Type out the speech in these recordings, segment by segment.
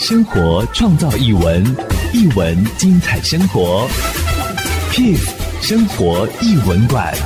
生活创造艺文，艺文精彩生活。Kiss 生活艺文馆。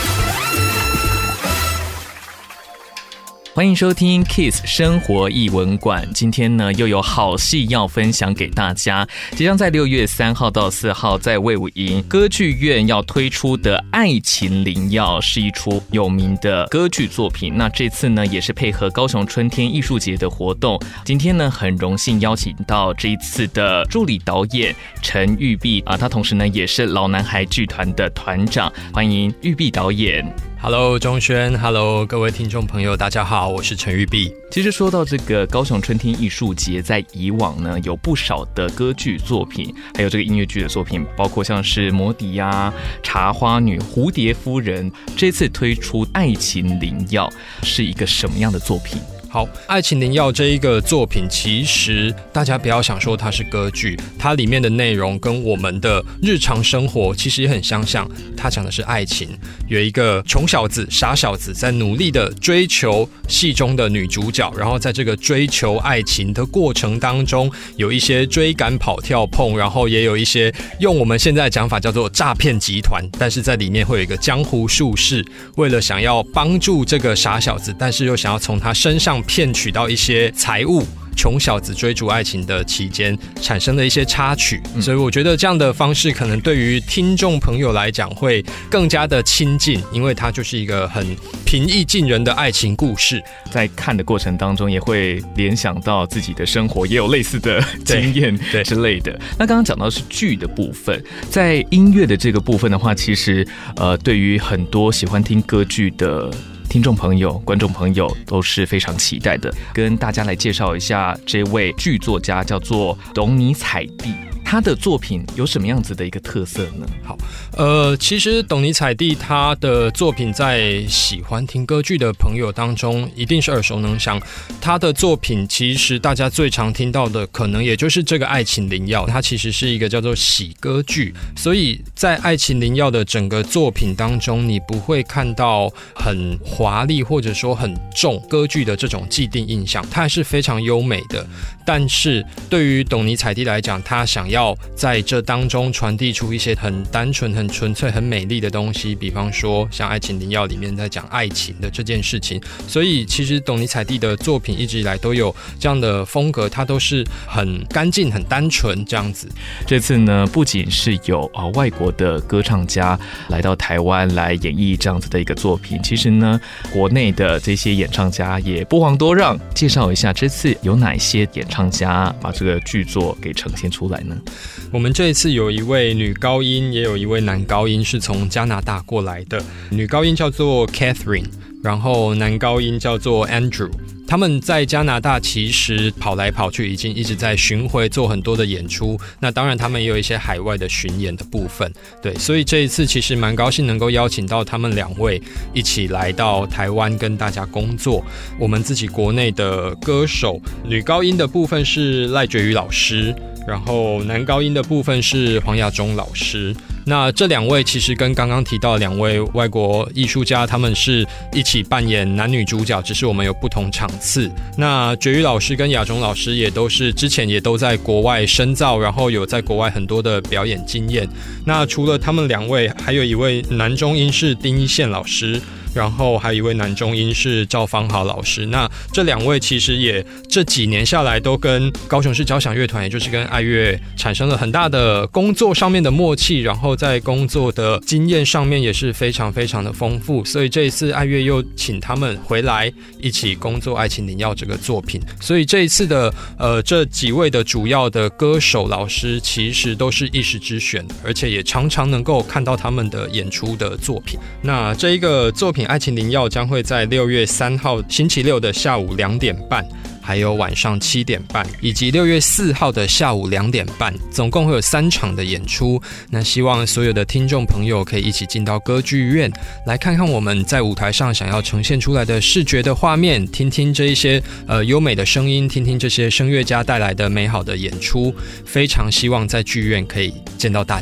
欢迎收听 Kiss 生活艺文馆，今天呢又有好戏要分享给大家。即将在6月3号到4号在卫武营歌剧院要推出的《爱情灵药》是一出有名的歌剧作品。那这次呢也是配合高雄春天艺术节的活动，今天呢很荣幸邀请到这一次的助理导演陈玉碧他同时呢也是老男孩剧团的团长，欢迎玉碧导演。 Hello 钟轩 ，Hello 各位听众朋友，大家好，我是陈玉碧。 其实说到这个高雄春天艺术节，在以往呢有不少的歌剧作品，还有这个音乐剧的作品，包括像是魔笛啊、茶花女、蝴蝶夫人。这次推出《爱情灵药》是一个什么样的作品？ 好，《爱情灵药》这一个作品，其实大家不要想说它是歌剧，它里面的内容跟我们的日常生活其实也很相像。它讲的是爱情，有一个穷小子、傻小子在努力的追求戏中的女主角，然后在这个追求爱情的过程当中，有一些追赶、跑、跳、碰，然后也有一些用我们现在的讲法叫做诈骗集团，但是在里面会有一个江湖术士，为了想要帮助这个傻小子，但是又想要从他身上骗取到一些财物，穷小子追逐爱情的期间产生了一些插曲，所以我觉得这样的方式可能对于听众朋友来讲会更加的亲近，因为它就是一个很平易近人的爱情故事。 在看的过程当中也会联想到自己的生活，也有类似的经验之类的。那刚刚讲到是剧的部分，在音乐的这个部分的话，其实对于很多喜欢听歌剧的听众朋友、观众朋友都是非常期待的。跟大家来介绍一下这位剧作家，叫做董尼采蒂。他的作品有什么样子的一个特色呢？ 好，其实董尼采蒂他的作品在喜欢听歌剧的朋友当中一定是耳熟能详。他的作品其实大家最常听到的可能也就是这个《爱情灵药》，它其实是一个叫做喜歌剧，所以在《爱情灵药》的整个作品当中，你不会看到很华丽或者说很重歌剧的这种既定印象，它还是非常优美的。但是对于董尼采蒂来讲，他想要在这当中传递出一些很单纯、很纯粹、很美丽的东西，比方说像《爱情灵药》里面在讲爱情的这件事情。所以其实董尼采蒂的作品一直以来都有这样的风格，它都是很干净、很单纯这样子。 这次呢，不仅是有外国的歌唱家来到台湾来演绎这样子的一个作品，其实呢，国内的这些演唱家也不遑多让。介绍一下这次有哪些演唱家把这个剧作给呈现出来呢？ 我们这一次有一位女高音，也有一位男高音是从加拿大过来的。女高音叫做 Catherine， 然后男高音叫做 Andrew。他们在加拿大其实跑来跑去，已经一直在巡回做很多的演出。那当然他们也有一些海外的巡演的部分，对，所以这一次其实蛮高兴能够邀请到他们两位一起来到台湾跟大家工作。我们自己国内的歌手，女高音的部分是赖觉瑜老师，然后男高音的部分是黄亚中老师。那这两位其实跟刚刚提到两位外国艺术家，他们是一起扮演男女主角，只是我们有不同场次。那觉瑜老师跟亚中老师也都是之前也都在国外深造，然后有在国外很多的表演经验。那除了他们两位，还有一位男中音是丁一宪老师，然后还有一位男中音是赵方豪老师。那这两位其实也这几年下来都跟高雄市交响乐团，也就是跟爱乐产生了很大的工作上面的默契，然后在工作的经验上面也是非常非常的丰富。所以这一次爱乐又请他们回来一起工作《爱情灵药》这个作品。所以这一次的这几位的主要的歌手老师其实都是一时之选，而且也常常能够看到他们的演出的作品。那这一个作品《爱情灵药》将会在6月3号星期六的下午2点半，还有晚上7点半，以及6月4号的下午2点半，总共会有3场的演出。那希望所有的听众朋友可以一起进到歌剧院，来看看我们在舞台上想要呈现出来的视觉的画面，听听这一些优美的声音，听听这些声乐家带来的美好的演出。非常希望在剧院可以见到大家。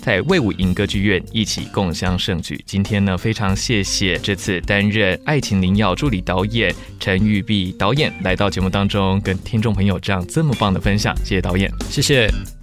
在卫武营歌剧院一起共襄盛举。今天呢，非常谢谢这次担任《爱情灵药》助理导演陈玉碧导演来到节目当中，跟听众朋友这么棒的分享，谢谢导演， 谢谢。